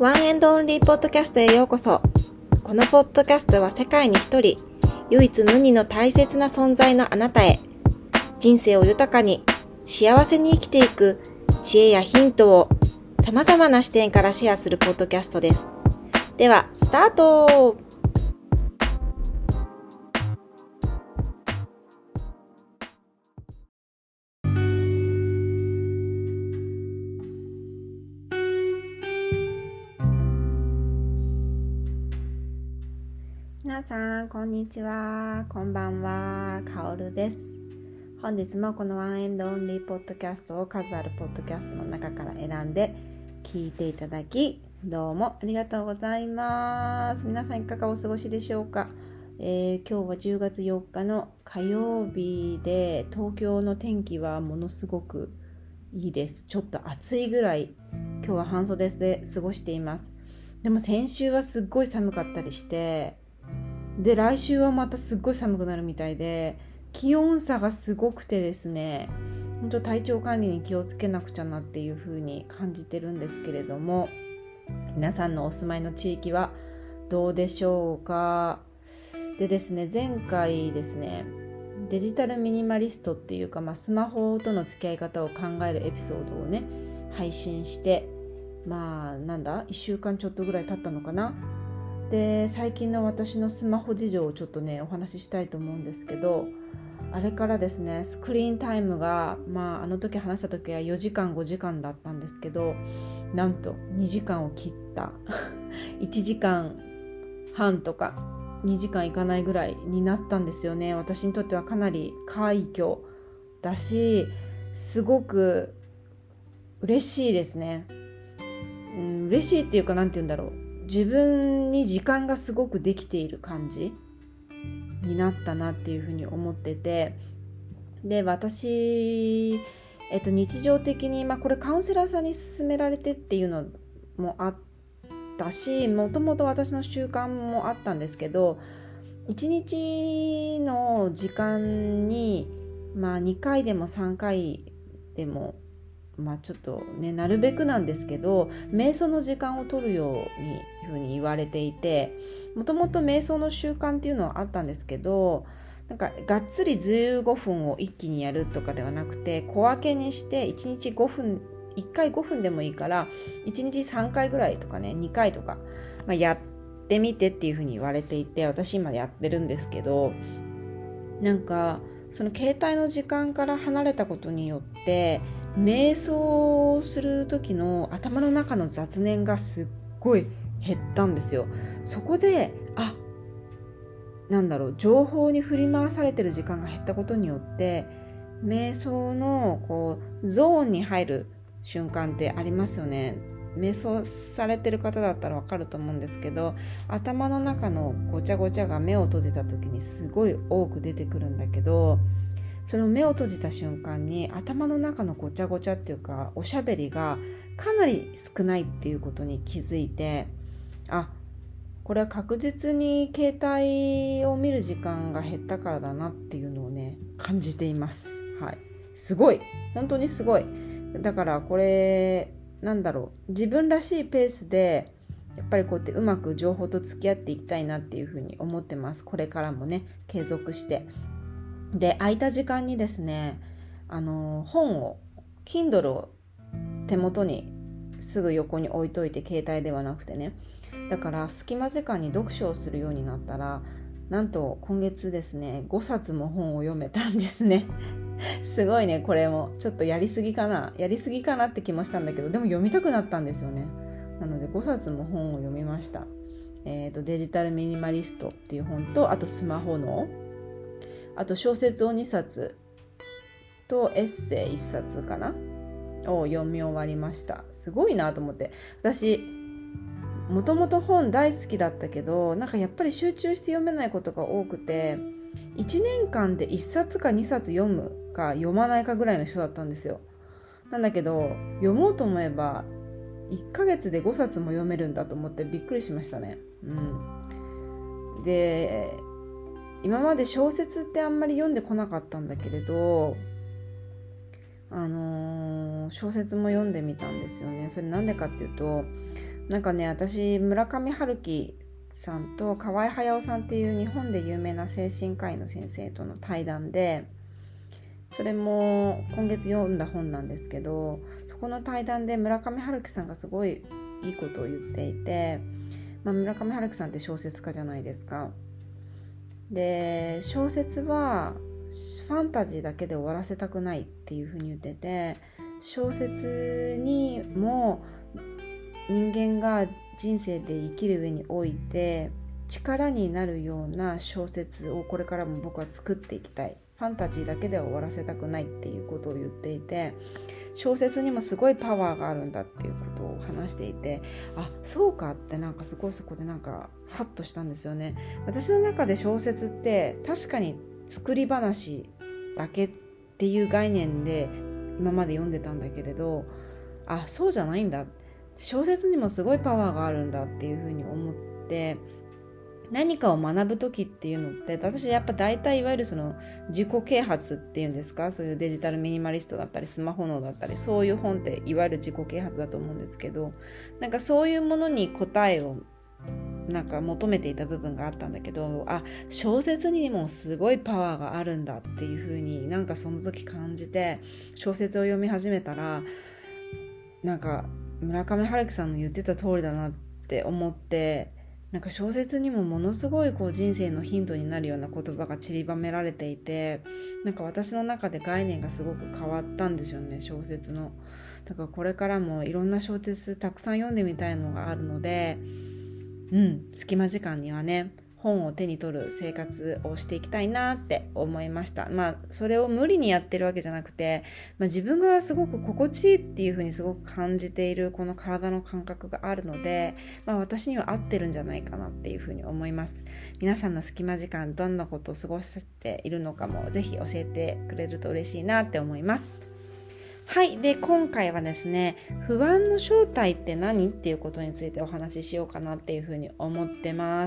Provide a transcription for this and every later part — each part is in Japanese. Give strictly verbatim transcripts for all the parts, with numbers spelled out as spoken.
ワンエンドオンリーポッドキャストへようこそ。このポッドキャストは世界に一人、唯一無二の大切な存在のあなたへ、人生を豊かに、幸せに生きていく知恵やヒントを様々な視点からシェアするポッドキャストです。では、スタート！皆さんこんにちは、こんばんは、かおるです。本日もこのワンエンドオンリーポッドキャストを数あるポッドキャストの中から選んで聞いていただき、どうもありがとうございます。皆さんいかがお過ごしでしょうか。えー、今日はじゅうがつよっかの火曜日で、東京の天気はものすごくいいです。ちょっと暑いぐらい今日は半袖で過ごしています。でも先週はすっごい寒かったりして、で来週はまたすっごい寒くなるみたいで、気温差がすごくてですね、本当体調管理に気をつけなくちゃなっていう風に感じてるんですけれども、皆さんのお住まいの地域はどうでしょうか。でですね、前回ですね、デジタルミニマリストっていうか、まあ、スマホとの付き合い方を考えるエピソードをね配信して、まあなんだいっしゅうかんちょっとぐらい経ったのかな。で最近の私のスマホ事情をちょっとねお話ししたいと思うんですけど、あれからですね、スクリーンタイムが、まああの時話した時はよじかんごじかんだったんですけど、なんとにじかんを切ったいちじかんはんとかにじかんいかないぐらいになったんですよね。私にとってはかなり快挙だし、すごく嬉しいですね。うん、嬉しいっていうか、なんて言うんだろう、自分に時間がすごくできている感じになったなっていうふうに思ってて、で私、えっと、日常的に、まあ、これカウンセラーさんに勧められてっていうのもあったし、もともと私の習慣もあったんですけど、いちにちの時間に、まあ、にかいでもさんかいでも、まあちょっとね、なるべくなんですけど、瞑想の時間を取るようにふうに言われていて、もともと瞑想の習慣っていうのはあったんですけど、なんかがっつりじゅうごふんを一気にやるとかではなくて、小分けにしていちにちごふん、いっかいごふんでもいいからいちにちさんかいぐらいとかね、にかいとか、まあ、やってみてっていうふうに言われていて、私今やってるんですけど、なんかその携帯の時間から離れたことによって瞑想する時の頭の中の雑念がすっごい減ったんですよ。そこで、あ、なんだろう、情報に振り回されてる時間が減ったことによって、瞑想のこうゾーンに入る瞬間ってありますよね。瞑想されてる方だったらわかると思うんですけど、頭の中のごちゃごちゃが目を閉じた時にすごい多く出てくるんだけど、その目を閉じた瞬間に頭の中のごちゃごちゃっていうかおしゃべりがかなり少ないっていうことに気づいて、あ、これは確実に携帯を見る時間が減ったからだなっていうのをね感じています。はい、すごい、本当にすごい。だからこれなんだろう、自分らしいペースでやっぱりこうやってうまく情報と付き合っていきたいなっていうふうに思ってます。これからもね継続して。で空いた時間にですね、あの本を Kindle を手元にすぐ横に置いといて、携帯ではなくてね、だから隙間時間に読書をするようになったら、なんと今月ですねごさつも本を読めたんですねすごいね。これもちょっとやりすぎかなやりすぎかなって気もしたんだけど、でも読みたくなったんですよね。なのでごさつも本を読みました。えーと、デジタルミニマリストっていう本と、あとスマホの、あと小説をにさつとエッセイいっさつかなを読み終わりました。すごいなと思って。私もともと本大好きだったけど、なんかやっぱり集中して読めないことが多くて、いちねんかんでいっさつかにさつ読むか読まないかぐらいの人だったんですよ。なんだけど読もうと思えばいっかげつでごさつも読めるんだと思ってびっくりしましたね。うん、で今まで小説ってあんまり読んでこなかったんだけれど、あのー、小説も読んでみたんですよね。それなんでかっていうと、 なんかね、私村上春樹さんと河合隼さんっていう日本で有名な精神科医の先生との対談で、それも今月読んだ本なんですけど、そこの対談で村上春樹さんがすごいいいことを言っていて、まあ、村上春樹さんって小説家じゃないですか。で、小説はファンタジーだけで終わらせたくないっていうふうに言ってて、小説にも人間が人生で生きる上において力になるような小説をこれからも僕は作っていきたい、ファンタジーだけでは終わらせたくないっていうことを言っていて、小説にもすごいパワーがあるんだっていうことを話していて、あ、そうかって、なんかすごいそこでなんかハッとしたんですよね。私の中で小説って確かに作り話だけっていう概念で今まで読んでたんだけれど、あ、そうじゃないんだ、小説にもすごいパワーがあるんだっていうふうに思って、何かを学ぶ時っていうのって、私やっぱ大体いわゆるその自己啓発っていうんですか、そういうデジタルミニマリストだったりスマホ脳だったり、そういう本っていわゆる自己啓発だと思うんですけど、なんかそういうものに答えをなんか求めていた部分があったんだけど、あ、小説にもすごいパワーがあるんだっていう風になんかその時感じて、小説を読み始めたら、なんか村上春樹さんの言ってた通りだなって思って、なんか小説にもものすごいこう人生のヒントになるような言葉が散りばめられていて、なんか私の中で概念がすごく変わったんですよね、小説の。だからこれからもいろんな小説たくさん読んでみたいのがあるので、うん、隙間時間にはね、本を手に取る生活をしていきたいなって思いました。まあそれを無理にやってるわけじゃなくて、まあ、自分がすごく心地いいっていう風にすごく感じているこの体の感覚があるので、まあ、私には合ってるんじゃないかなっていう風に思います。皆さんの隙間時間どんなことを過ごしているのかもぜひ教えてくれると嬉しいなって思います。はい。で、今回はですね、不安の正体って何っていうことについてお話ししようかなっていうふうに思ってます。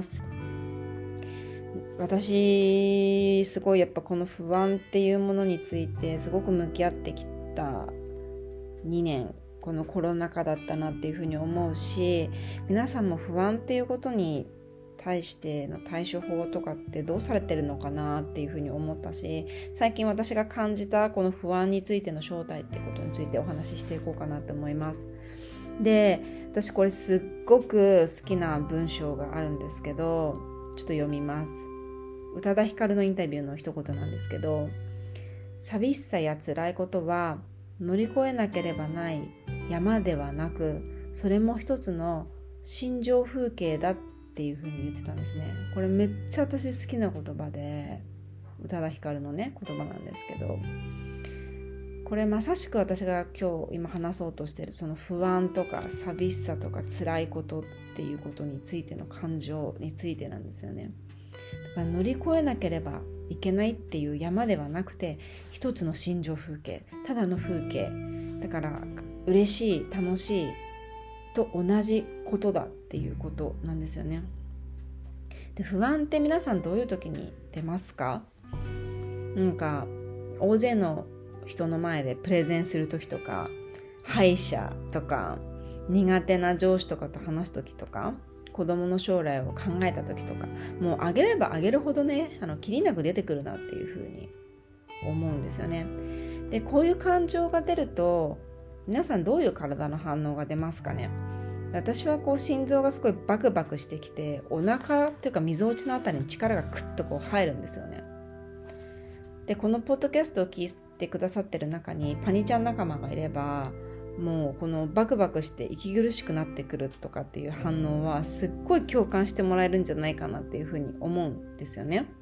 私、すごいやっぱこの不安っていうものについてすごく向き合ってきたにねん、このコロナ禍だったなっていうふうに思うし、皆さんも不安っていうことに対しての対処法とかってどうされてるのかなっていうふうに思ったし、最近私が感じたこの不安についての正体ってことについてお話ししていこうかなと思います。で、私これすっごく好きな文章があるんですけど、ちょっと読みます。宇多田ヒカルのインタビューの一言なんですけど、寂しさや辛いことは乗り越えなければない山ではなく、それも一つの心情風景だっていう風に言ってたんですね。これめっちゃ私好きな言葉で、宇多田ヒカルのね言葉なんですけど、これまさしく私が今日今話そうとしているその不安とか寂しさとか辛いことっていうことについての感情についてなんですよね。だから乗り越えなければいけないっていう山ではなくて、一つの心情風景、ただの風景だから、嬉しい楽しいと同じことだっていうことなんですよね。で、不安って皆さんどういう時に出ますか？なんか大勢の人の前でプレゼンする時とか、歯医者とか、苦手な上司とかと話す時とか、子供の将来を考えた時とか、もうあげればあげるほどね、あのきりなく出てくるなっていうふうに思うんですよね。で、こういう感情が出ると皆さんどういう体の反応が出ますかね？私はこう心臓がすごいバクバクしてきて、お腹っていうかみぞおちのあたりに力がクッとこう入るんですよね。で、このポッドキャストを聞いてくださってる中にパニちゃん仲間がいれば、もうこのバクバクして息苦しくなってくるとかっていう反応はすっごい共感してもらえるんじゃないかなっていうふうに思うんですよね。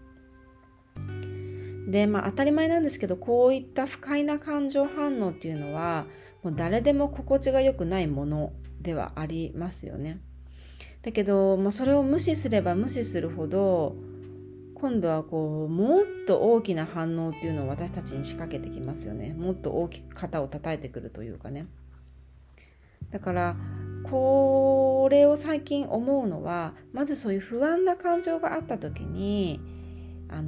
で、まあ当たり前なんですけど、こういった不快な感情反応っていうのはもう誰でも心地が良くないものではありますよね。だけど、まあ、それを無視すれば無視するほど、今度はこうもっと大きな反応っていうのを私たちに仕掛けてきますよね。もっと大きく肩を叩いてくるというかね。だからこれを最近思うのは、まずそういう不安な感情があった時に、あの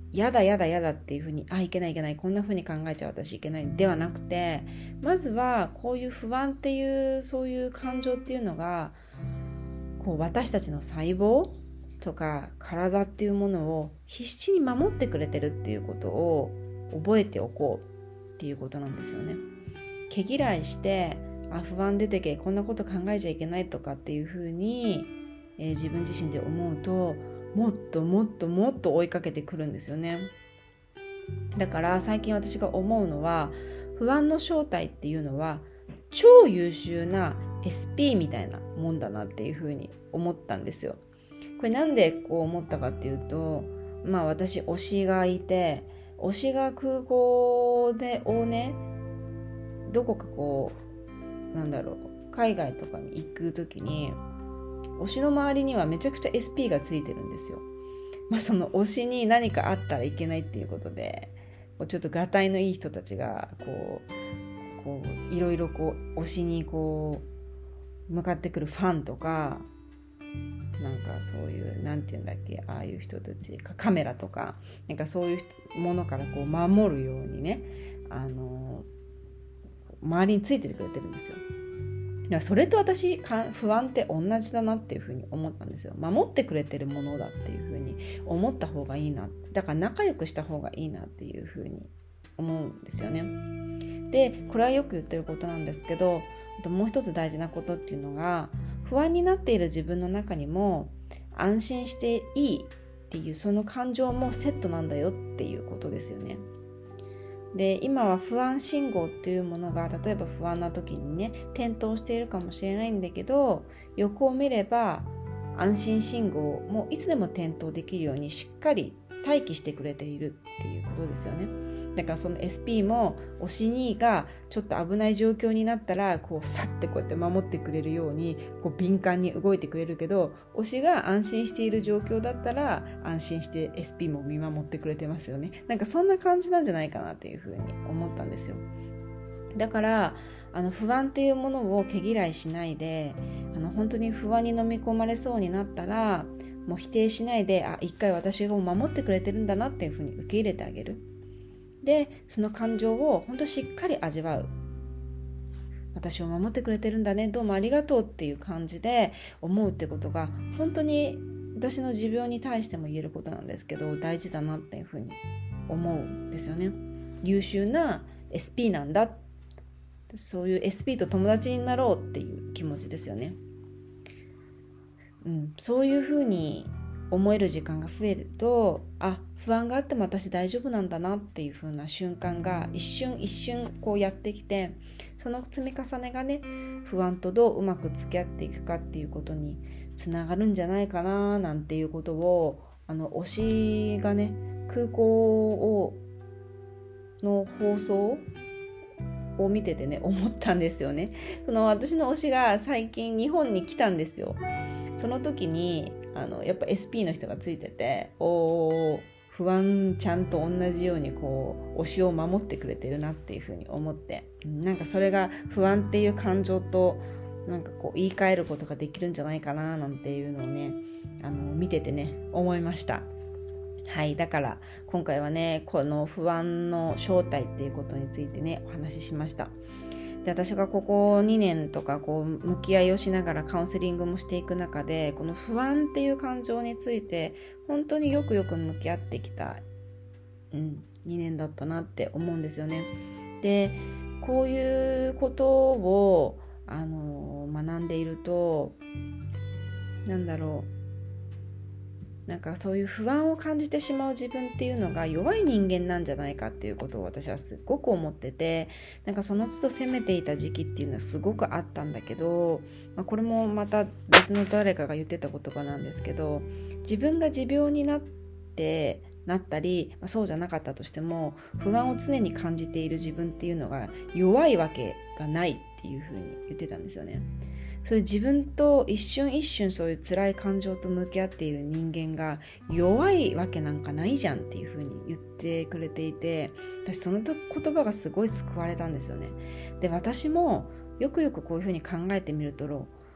やだやだやだっていうふうに、あ、いけないいけない、こんなふうに考えちゃう私いけないではなくて、まずはこういう不安っていうそういう感情っていうのがこう私たちの細胞とか体っていうものを必死に守ってくれてるっていうことを覚えておこうっていうことなんですよね。毛嫌いしてあ不安出てけ、こんなこと考えちゃいけないとかっていうふうに、えー、自分自身で思うともっともっともっと追いかけてくるんですよね。だから最近私が思うのは、不安の正体っていうのは超優秀な エスピー みたいなもんだなっていうふうに思ったんですよ。これなんでこう思ったかっていうと、まあ私推しがいて、推しが空港でをねどこかこうなんだろう海外とかに行くときに推しの周りにはめちゃくちゃ エスピー がついてるんですよ。まあその推しに何かあったらいけないっていうことで、ちょっとがたいのいい人たちがこうこういろいろこう推しにこう向かってくるファンとか、なんかそういうなんていうんだっけ、ああいう人たちカメラとかなんかそういうものからこう守るようにね、あの周りについててくれてるんですよ。いやそれと私不安って同じだなっていうふうに思ったんですよ。守ってくれてるものだっていうふうに思った方がいいな、だから仲良くした方がいいなっていうふうに思うんですよね。でこれはよく言ってることなんですけど、あともう一つ大事なことっていうのが、不安になっている自分の中にも安心していいっていうその感情もセットなんだよっていうことですよね。で今は不安信号っていうものが例えば不安な時にね点灯しているかもしれないんだけど、横を見れば安心信号もいつでも点灯できるようにしっかり待機してくれているっていうことですよね。だからその エスピー も推しにがちょっと危ない状況になったらこうさってこうやって守ってくれるようにこう敏感に動いてくれるけど、推しが安心している状況だったら安心して エスピー も見守ってくれてますよね。なんかそんな感じなんじゃないかなっていうふうに思ったんですよ。だからあの不安っていうものを毛嫌いしないで、あの本当に不安に飲み込まれそうになったらもう否定しないで、あ一回私が守ってくれてるんだなっていうふうに受け入れてあげる。でその感情を本当しっかり味わう。私を守ってくれてるんだね、どうもありがとうっていう感じで思うってことが本当に私の持病に対しても言えることなんですけど、大事だなっていうふうに思うんですよね。優秀な エスピー なんだ、そういう エスピー と友達になろうっていう気持ちですよね。うん、そういうふうに思える時間が増えると、あ不安があっても私大丈夫なんだなっていう風な瞬間が一瞬一瞬こうやってきて、その積み重ねがね不安とどううまく付き合っていくかっていうことにつながるんじゃないかななんていうことを、あの推しがね空港をの放送を見ててね思ったんですよね。その私の推しが最近日本に来たんですよ。その時にあのやっぱ エスピー の人がついてて、おー不安ちゃんと同じようにこう推しを守ってくれてるなっていう風に思って、なんかそれが不安っていう感情となんかこう言い換えることができるんじゃないかななんていうのをねあの見ててね思いました。はい、だから今回はねこの不安の正体っていうことについてねお話ししました。で私がここにねんとかこう向き合いをしながらカウンセリングもしていく中で、この不安っていう感情について本当によくよく向き合ってきた、うん、にねんだったなって思うんですよね。でこういうことをあの学んでいるとなんだろうなんかそういう不安を感じてしまう自分っていうのが弱い人間なんじゃないかっていうことを私はすごく思ってて、なんかその都度責めていた時期っていうのはすごくあったんだけど、まあ、これもまた別の誰かが言ってた言葉なんですけど、自分が持病になってなったり、まあ、そうじゃなかったとしても不安を常に感じている自分っていうのが弱いわけがないっていうふうに言ってたんですよね。そういう自分と一瞬一瞬そういう辛い感情と向き合っている人間が弱いわけなんかないじゃんっていう風に言ってくれていて、私その言葉がすごい救われたんですよね。で私もよくよくこういう風に考えてみると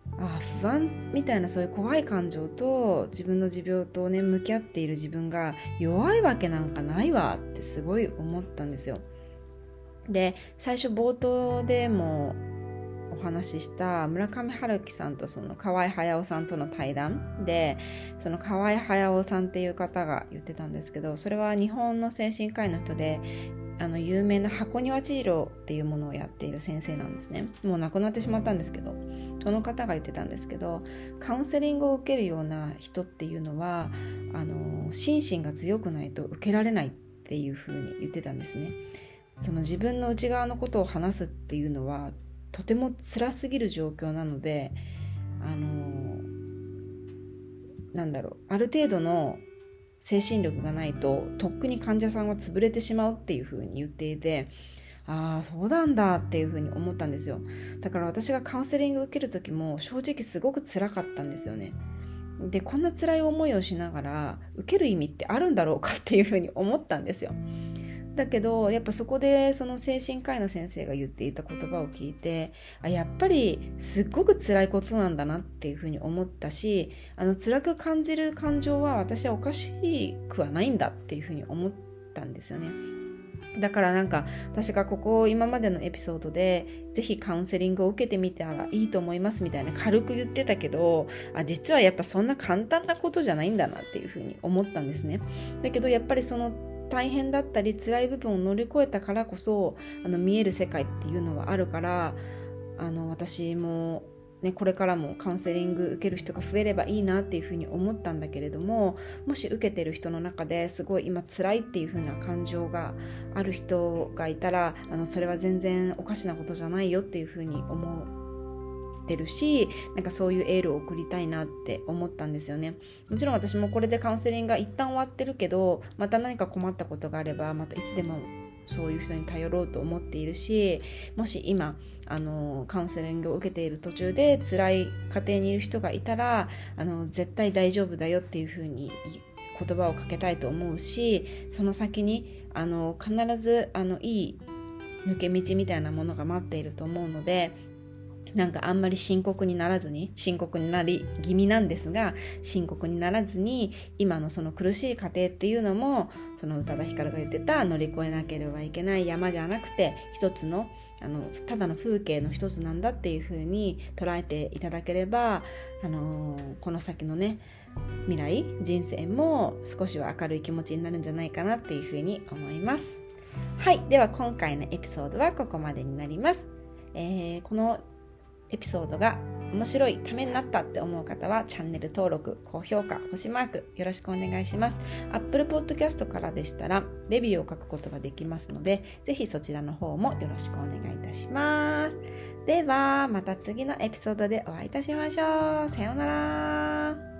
あ不安みたいなそういう怖い感情と自分の持病とね向き合っている自分が弱いわけなんかないわってすごい思ったんですよ。で最初冒頭でもお話しした村上春樹さんとその河合隼さんとの対談で、その河合隼さんっていう方が言ってたんですけど、それは日本の精神科医の人であの有名な箱庭治療っていうものをやっている先生なんですね。もう亡くなってしまったんですけど、その方が言ってたんですけど、カウンセリングを受けるような人っていうのはあの心身が強くないと受けられないっていうふうに言ってたんですね。その自分の内側のことを話すっていうのはとても辛すぎる状況なので、あのなんだろうある程度の精神力がないととっくに患者さんは潰れてしまうっていう風に言っていて、ああそうなんだっていう風に思ったんですよ。だから私がカウンセリングを受ける時も正直すごく辛かったんですよね。でこんな辛い思いをしながら受ける意味ってあるんだろうかっていう風に思ったんですよ。だけどやっぱそこでその精神科医の先生が言っていた言葉を聞いて、あやっぱりすっごく辛いことなんだなっていうふうに思ったし、あの辛く感じる感情は私はおかしくはないんだっていうふうに思ったんですよね。だからなんか私がここ今までのエピソードでぜひカウンセリングを受けてみたらいいと思いますみたいな軽く言ってたけど、あ実はやっぱそんな簡単なことじゃないんだなっていうふうに思ったんですね。だけどやっぱりその大変だったり辛い部分を乗り越えたからこそあの見える世界っていうのはあるから、あの私も、ね、これからもカウンセリング受ける人が増えればいいなっていうふうに思ったんだけれども、もし受けてる人の中ですごい今辛いっていうふうな感情がある人がいたら、あのそれは全然おかしなことじゃないよっていうふうに思うてるし、なんかそういうエールを送りたいなって思ったんですよね。もちろん私もこれでカウンセリングが一旦終わってるけど、また何か困ったことがあればまたいつでもそういう人に頼ろうと思っているし、もし今あのカウンセリングを受けている途中で辛い家庭にいる人がいたら、あの絶対大丈夫だよっていう風に言葉をかけたいと思うし、その先にあの必ずあのいい抜け道みたいなものが待っていると思うので、なんかあんまり深刻にならずに、深刻になり気味なんですが深刻にならずに、今のその苦しい過程っていうのもその宇多田ヒカルが言ってた乗り越えなければいけない山じゃなくて一つの、あのただの風景の一つなんだっていう風に捉えていただければ、あのー、この先のね未来人生も少しは明るい気持ちになるんじゃないかなっていう風に思います。はい、では今回のエピソードはここまでになります。えー、このエピソードが面白いためになったって思う方はチャンネル登録、高評価、星マークよろしくお願いします。 Apple Podcast からでしたらレビューを書くことができますので、ぜひそちらの方もよろしくお願いいたします。ではまた次のエピソードでお会いいたしましょう。さようなら。